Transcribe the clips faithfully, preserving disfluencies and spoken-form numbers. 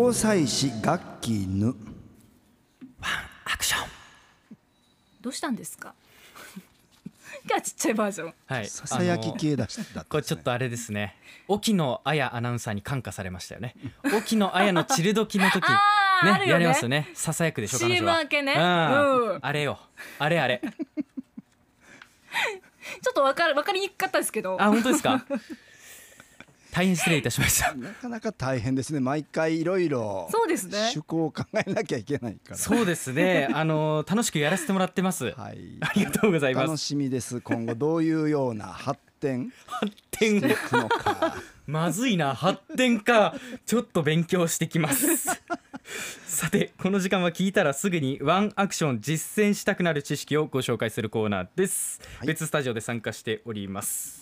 防災士ガッキーヌワンアクション。 どうしたんですか今日はちっちゃいバージョン。 はい、 ささやき系だしだったんですね。 これちょっとあれですね、沖野綾アナウンサーに感化されましたよね。沖野綾のチルドキの時あーあるよねね、やりますよね。ささやくでしょ、彼シーエム女は。 明けね、 うんうん、 あれよ、あれあれ。 ちょっと分かる分かりにくかったですけど。 あ、本当ですか。大変失礼いたしました。 なかなか大変ですね。毎回いろいろそうですね。 趣向を考えなきゃいけないから。 そうですね、あの楽しくやらせてもらってます。 はい、 ありがとうございます。 楽しみです。今後どういうような発展発し展ていくのか。 まずいな、発展か。ちょっと勉強してきますさて、この時間は聞いたらすぐにワンアクション実践したくなる知識をご紹介するコーナーです、 はい、 別スタジオで参加しております。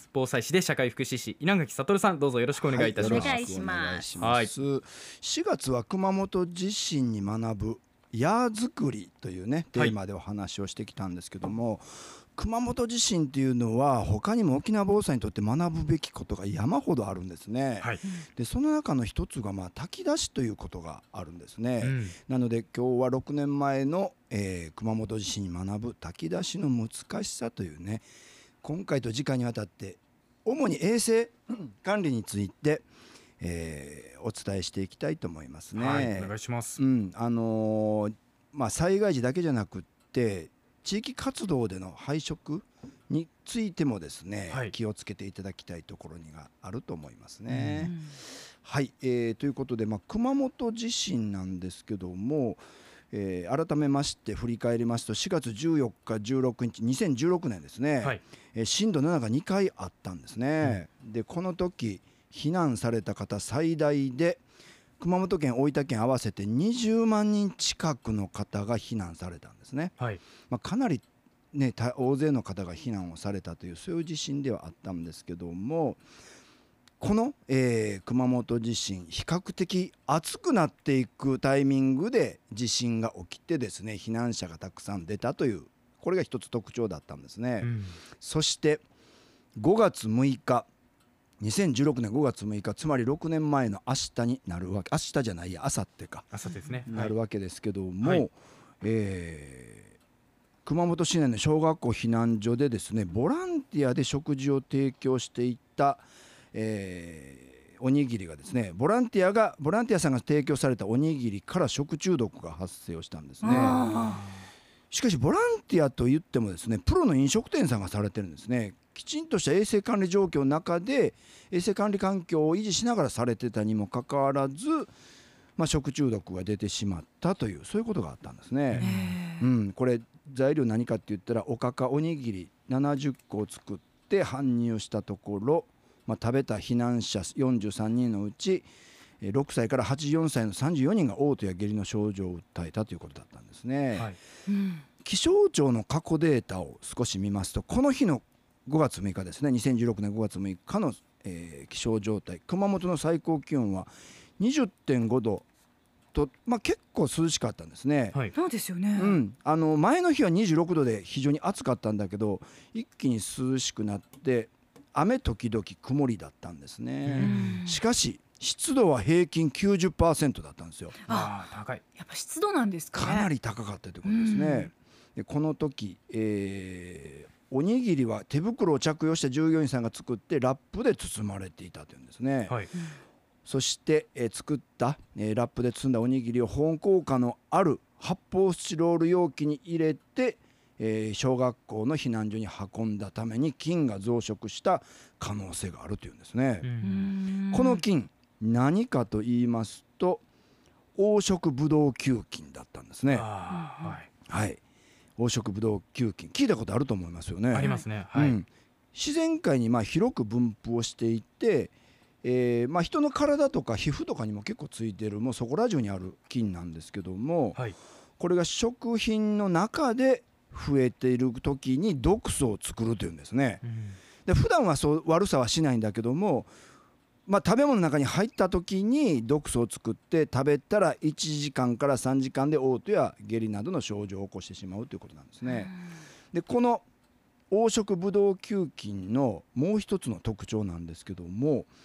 防災士で社会福祉士稲垣悟さん、どうぞよろしくお願いいたします。 はい、お願いします。 はい、しがつは熊本地震に学ぶ矢作りというねテーマでお話をしてきたんですけども、はい、熊本地震っていうのは他にも沖縄防災にとって学ぶべきことが山ほどあるんですね、はい、でその中の一つがまあ炊き出しということがあるんですね、うん、なので今日はろくねんまえの、えー、熊本地震に学ぶ炊き出しの難しさというね、今回と次回にわたって主に衛生管理について、えー、お伝えしていきたいと思いますね。 はい、お願いします。 うん、あのーまあ、災害時だけじゃなくって地域活動での配食についてもですね、はい、気をつけていただきたいところにがあると思いますね。うん、はい、えー、ということで、まあ、熊本地震なんですけども、えー、改めまして振り返りますとしがつじゅうよっかじゅうろくにちにせんじゅうろくねんですね、はい、えー、震度なながにかいあったんですね、うん、でこの時避難された方最大で熊本県大分県合わせてにじゅうまんにん近くの方が避難されたんですね、はい、まあ、かなり、ね、大勢の方が避難をされたというそういう地震ではあったんですけども、この、えー、熊本地震比較的暑くなっていくタイミングで地震が起きてですね、避難者がたくさん出たというこれが一つ特徴だったんですね、うん、そしてごがつむいかにせんじゅうろくねんごがつむいか、つまりろくねんまえの明日になるわけ、明日じゃないや、明後日か、 明後日ですね、 なるわけですけども、 はい、 えー、熊本市内の小学校避難所でですね、ボランティアで食事を提供していた、えー、おにぎりがですね、ボランティアがボランティアさんが提供されたおにぎりから食中毒が発生をしたんですね。しかしボランティアといってもですね、プロの飲食店さんがされてるんですね。きちんとした衛生管理状況の中で衛生管理環境を維持しながらされてたにもかかわらず、まあ、食中毒が出てしまったというそういうことがあったんですね。うん、これ材料何かって言ったらおかかおにぎりななじゅっこを作って搬入したところ、まあ、食べた避難者よんじゅうさんにんのうちろくさいからはちじゅうよんさいのさんじゅうよにんが嘔吐や下痢の症状を訴えたということだったんですね、はい、うん、気象庁の過去データを少し見ますと、この日のごがつむいかですね、にせんじゅうろくねんごがつむいかの、えー、気象状態、熊本の最高気温は にじゅってんごどと、まあ、結構涼しかったんですね、 はい、そうですよね、 うん、あの前の日はにじゅうろくどで非常に暑かったんだけど一気に涼しくなって雨時々曇りだったんですね。しかし湿度は平均 きゅうじゅっパーセント だったんですよ。 ああ、高い。やっぱ湿度なんですかね。 かなり高かったということですね。でこの時、えーおにぎりは手袋を着用した従業員さんが作ってラップで包まれていたというんですね、はい、そして、えー、作った、えー、ラップで包んだおにぎりを保温効果のある発泡スチロール容器に入れて、えー、小学校の避難所に運んだために菌が増殖した可能性があるというんですね。この菌何かと言いますと黄色ブドウ球菌だったんですね。はい、はい、黄色ブドウ球菌聞いたことあると思いますよね。 ありますね、はい、うん、 自然界にまあ広く分布をしていて、えーまあ、人の体とか皮膚とかにも結構ついてるもうそこら中にある菌なんですけども、はい、これが食品の中で増えている時に毒素を作るというんですね、うん、で普段はそう悪さはしないんだけども、まあ、食べ物の中に入った時に毒素を作って食べたらいちじかんからさんじかんで嘔吐や下痢などの症状を起こしてしまうということなんですね。でこの黄色ブドウ球菌のもう一つの特徴なんですけども、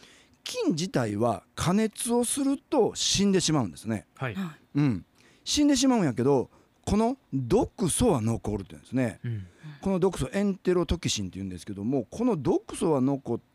菌自体は加熱をすると死んでしまうんですね。 はい、 うん、死んでしまうんやけどこの毒素は残るって言うんですね。 うん、 この毒素エンテロトキシンって言うんですけども、この毒素は残って、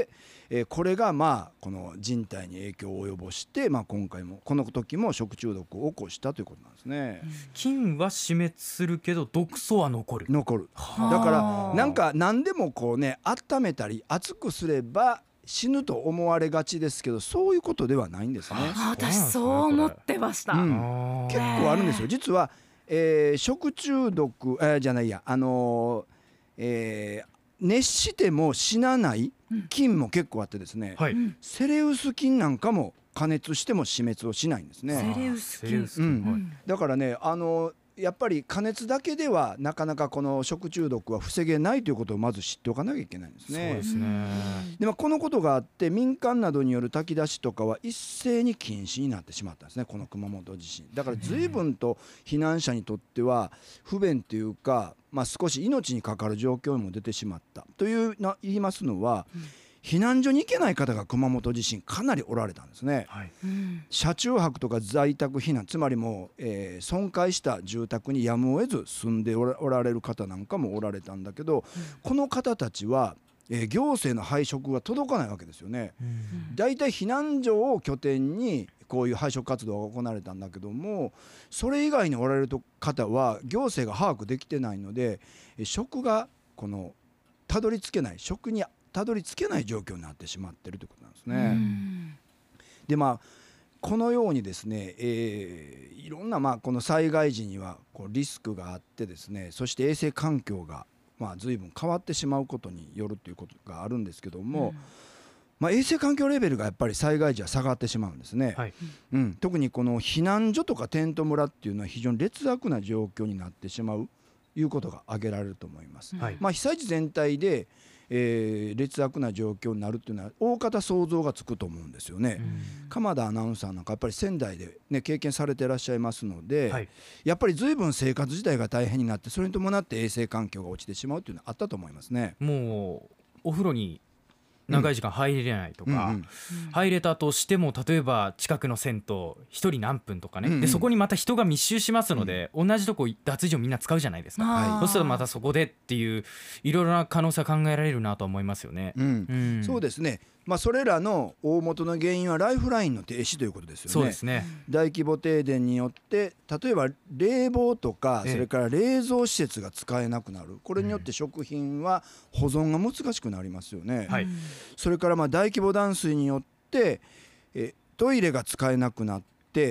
えーこれがまあこの人体に影響を及ぼして、まあ、今回もこの時も食中毒を起こしたということなんですね。 菌は死滅するけど毒素は残る。 残る。 はあだからなんか何でもこうね温めたり熱くすれば死ぬと思われがちですけど、そういうことではないんですね。 あ私そう思ってました、 うんあー結構あるんですよ実は。えー食中毒、えーじゃないやあのーえー熱しても死なない菌も結構あってですね、 はい、 うんセレウス菌なんかも加熱しても死滅をしないんですね。 セレウス菌セレウス菌、 うんはいだからねあのやっぱり加熱だけではなかなかこの食中毒は防げないということをまず知っておかなきゃいけないんですそうねで。すね。 でまあ、このことがあって民間などによる炊き出しとかは一斉に禁止になってしまったんですね、この熊本地震だから随分と避難者にとっては不便というか、まあ、少し命に関わる状況にも出てしまったというな言いますのは、避難所に行けない方が熊本地震かなりおられたんですね。 はい、 うん車中泊とか在宅避難、つまりもう、えー損壊した住宅にやむを得ず住んでおらおられる方なんかもおられたんだけど、この方たちは、えー行政の配食が届かないわけですよね。 うんだいたい避難所を拠点にこういう配食活動が行われたんだけども、それ以外におられる方は行政が把握できてないので、えー食がこのたどり着けない食にたどり着けない状況になってしまっているということなんですね。 うんでまあこのようにですね、えーいろんなまあこの災害時にはこうリスクがあってですね、そして衛生環境がまあ随分変わってしまうことによるということがあるんですけども、まあ、衛生環境レベルがやっぱり災害時は下がってしまうんですね。 はい、 うん、特にこの避難所とかテント村っていうのは非常に劣悪な状況になってしまういうことが挙げられると思います。 はい、 まあ、被災地全体で、えー劣悪な状況になるっていうのは大方想像がつくと思うんですよね。鎌田アナウンサーなんかやっぱり仙台で、ね、経験されていらっしゃいますので、 はい、 やっぱり随分生活自体が大変になって、それに伴って衛生環境が落ちてしまうというのはあったと思いますね。 もうお風呂に長い時間入れないとか、 うんうん入れたとしても例えば近くの銭湯一人何分とかね、 うんうんでそこにまた人が密集しますので、同じとこ脱衣所みんな使うじゃないですか。 はいそうするとまたそこでっていういろいろな可能性は考えられるなと思いますよね。 うんうんそうですね、まあ、それらの大元の原因はライフラインの停止ということですよね。 そうですね。 大規模停電によって例えば冷房とかええそれから冷蔵施設が使えなくなる、これによって食品は保存が難しくなりますよね。 はい、 それからまあ大規模断水によってえトイレが使えなくなって、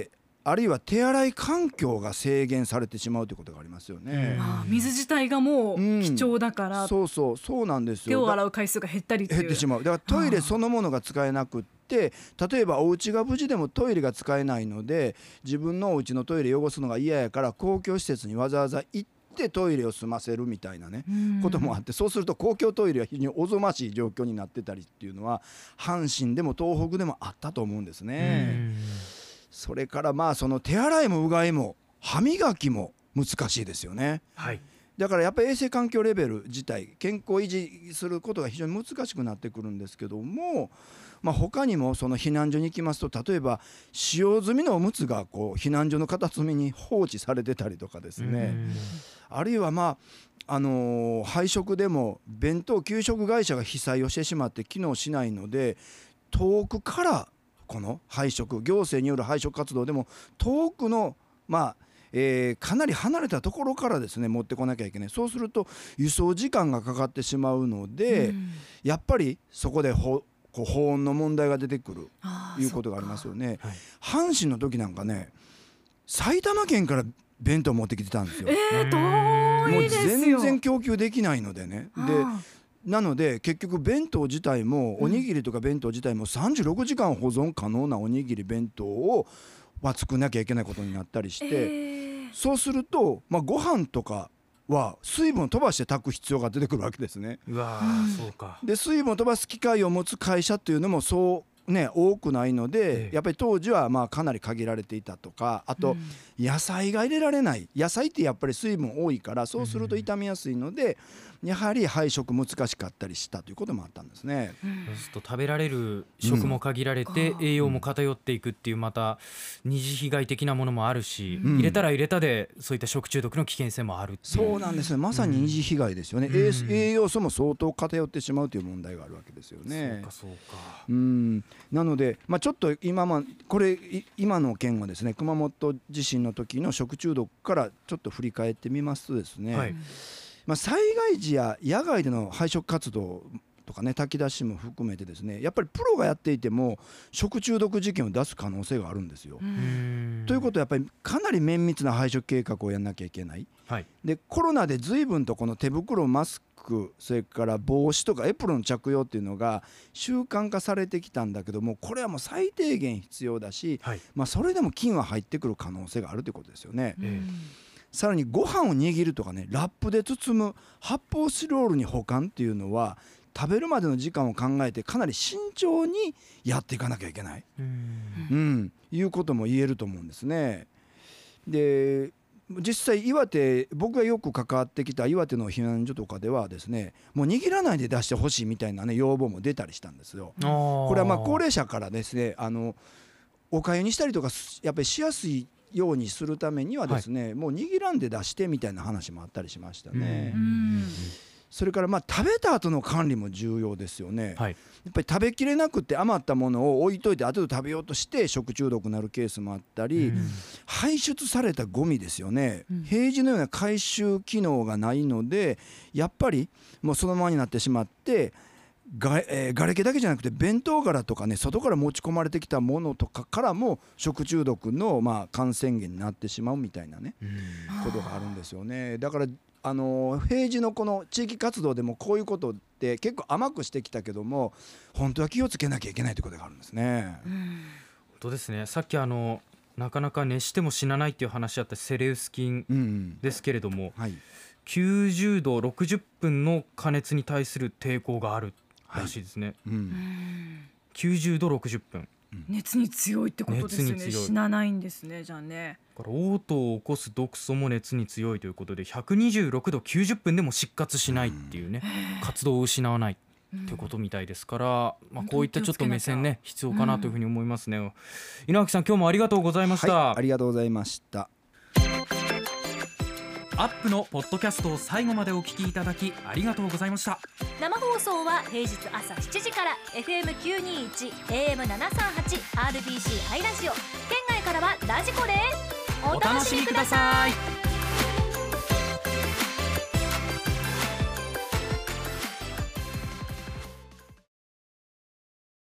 あるいは手洗い環境が制限されてしまうということがありますよね。 あー水自体がもう貴重だから、 うん、そうそうそうなんですよ。 手を洗う回数が減ったりっていう減ってしまう。だからトイレそのものが使えなくって、例えばお家が無事でもトイレが使えないので、自分のお家のトイレ汚すのが嫌やから公共施設にわざわざ行ってトイレを済ませるみたいなね、 うんこともあって、そうすると公共トイレは非常におぞましい状況になってたりっていうのは阪神でも東北でもあったと思うんですね。それからまあその手洗いもうがいも歯磨きも難しいですよね。 はい、 だからやっぱり衛生環境レベル自体、健康維持することが非常に難しくなってくるんですけども、まあ、他にもその避難所に行きますと、例えば使用済みのおむつがこう避難所の片隅に放置されてたりとかですね、あるいはまああのー配食でも弁当給食会社が被災をしてしまって機能しないので、遠くからこの配食、行政による配食活動でも遠くのまあえーかなり離れたところからですね持ってこなきゃいけない。そうすると輸送時間がかかってしまうので、 うんやっぱりそこでほこう保温の問題が出てくるあーいうことがありますよね。 はい、 阪神の時なんかね、埼玉県から弁当持ってきてたんですよ。 えー、遠もういですよ。 全然供給できないのでね。であなので結局弁当自体もおにぎりとか弁当自体もさんじゅうろくじかん保存可能なおにぎり弁当をまあ作んなきゃいけないことになったりしーて、 えーそうするとまあご飯とかは水分を飛ばして炊く必要が出てくるわけですね。 うわうんー、そうか。 で水分を飛ばす機械を持つ会社っていうのもそうね多くないので、 ええやっぱり当時はまあかなり限られていたとか、あと野菜が入れられない、野菜ってやっぱり水分多いからそうすると傷みやすいので、やはり配食難しかったりしたということもあったんですね。 そうすると食べられる食も限られて、 うん栄養も偏っていくっていうまた二次被害的なものもあるし、 うん入れたら入れたでそういった食中毒の危険性もあるっていうそうなんですね、まさに二次被害ですよね、 うん栄栄養素も相当偏ってしまうという問題があるわけですよね。 そうかそうか。 うんなので、まあ、ちょっと今、まこれい今の件はですね熊本地震の時の食中毒からちょっと振り返ってみますとですね、 はいまあ、災害時や野外での配食活動とかね炊き出しも含めてですねやっぱりプロがやっていても食中毒事件を出す可能性があるんですよ。 うーんということはやっぱりかなり綿密な配食計画をやんなきゃいけない。 はいでコロナで随分とこの手袋マスクそれから帽子とかエプロン着用っていうのが習慣化されてきたんだけども、これはもう最低限必要だし、 はいまあ、それでも菌は入ってくる可能性があるということですよね。 えさらにご飯を握るとかねラップで包む発泡スチロールに保管っていうのは食べるまでの時間を考えてかなり慎重にやっていかなきゃいけない、 うーんうん、いうことも言えると思うんですね。で実際岩手僕がよく関わってきた岩手の避難所とかではですねもう握らないで出してほしいみたいなね要望も出たりしたんですよ。 ここれはまあ高齢者からですねあのお粥にしたりとかすやっぱりしやすいようにするためにはですね、もう握らんで出してみたいな話もあったりしましたね。 ううんそれからまあ食べた後の管理も重要ですよね。 はいやっぱり食べきれなくて余ったものを置いといて後で食べようとして食中毒になるケースもあったり、 うん排出されたゴミですよね、 うん平時のような回収機能がないのでやっぱりもうそのままになってしまってが、えー、瓦礫だけじゃなくて弁当殻とかね外から持ち込まれてきたものとかからも食中毒のまあ感染源になってしまうみたいなねうんことがあるんですよね。だからあの平時のこの地域活動でもこういうことって結構甘くしてきたけども本当は気をつけなきゃいけないということがあるんですね。 うん本当ですね。さっきあのなかなか熱しても死なないっていう話あったセレウス菌うんうんですけれども、 はいきゅうじゅうどろくじゅっぷんの加熱に対する抵抗があるらしいですね、 ううんんきゅうじゅうどろくじゅっぷん熱に強いってことですよね。 熱に強い死なないんですねじゃあね。 だから嘔吐を起こす毒素も熱に強いということでひゃくにじゅうろくどきゅうじゅっぷんでも失活しないっていうね、活動を失わないっていうことみたいですから、まあ、こういったちょっと目線ね必要かなというふうに思いますね、井上さん今日もありがとうございました、 はい、ありがとうございました。 アップのポッドキャストを最後までお聞きいただきありがとうございました。 生放送は平日朝しちじから エフエムきゅうにいち エーエムななさんはち アールビーシー ハイラジオ、県外からはラジコです。お楽しみください。